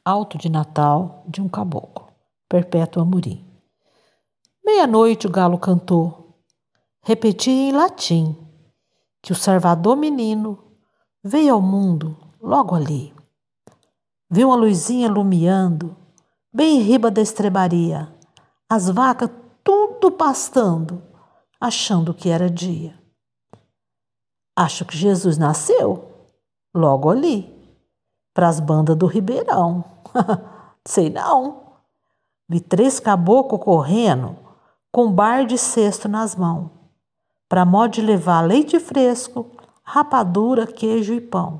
Alto de Natal de um Caboclo, Perpétuo Amorim. Meia-noite o galo cantou, repetia em latim que o Salvador menino veio ao mundo logo ali. Viu a luzinha lumiando, bem em riba da estrebaria, as vacas tudo pastando, achando que era dia. Acho que Jesus nasceu logo ali, pras bandas do Ribeirão. Sei não. Vi 3 caboclos correndo com bar de cesto nas mãos, pra modo de levar leite fresco, rapadura, queijo e pão.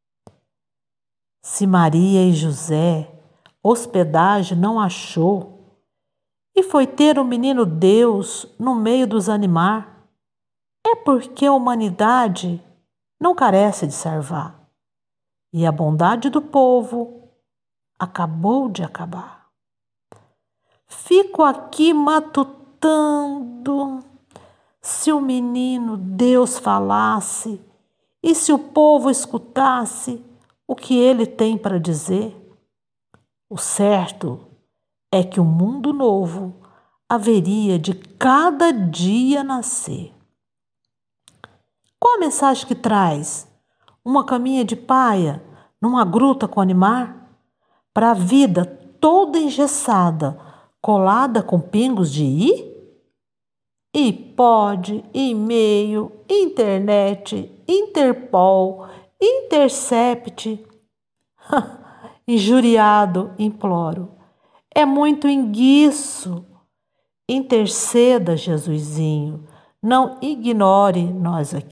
Se Maria e José hospedagem não achou e foi ter o menino Deus no meio dos animar, é porque a humanidade não carece de salvar e a bondade do povo acabou de acabar. Fico aqui matutando, se o menino Deus falasse e se o povo escutasse o que ele tem para dizer. O certo é que um mundo novo haveria de cada dia nascer. Qual a mensagem que traz? Uma caminha de paia numa gruta com animar? Para a vida toda engessada, colada com pingos de i? iPod, e-mail, internet, Interpol, Intercept. Injuriado, imploro. É muito enguiço. Interceda, Jesusinho. Não ignore nós aqui.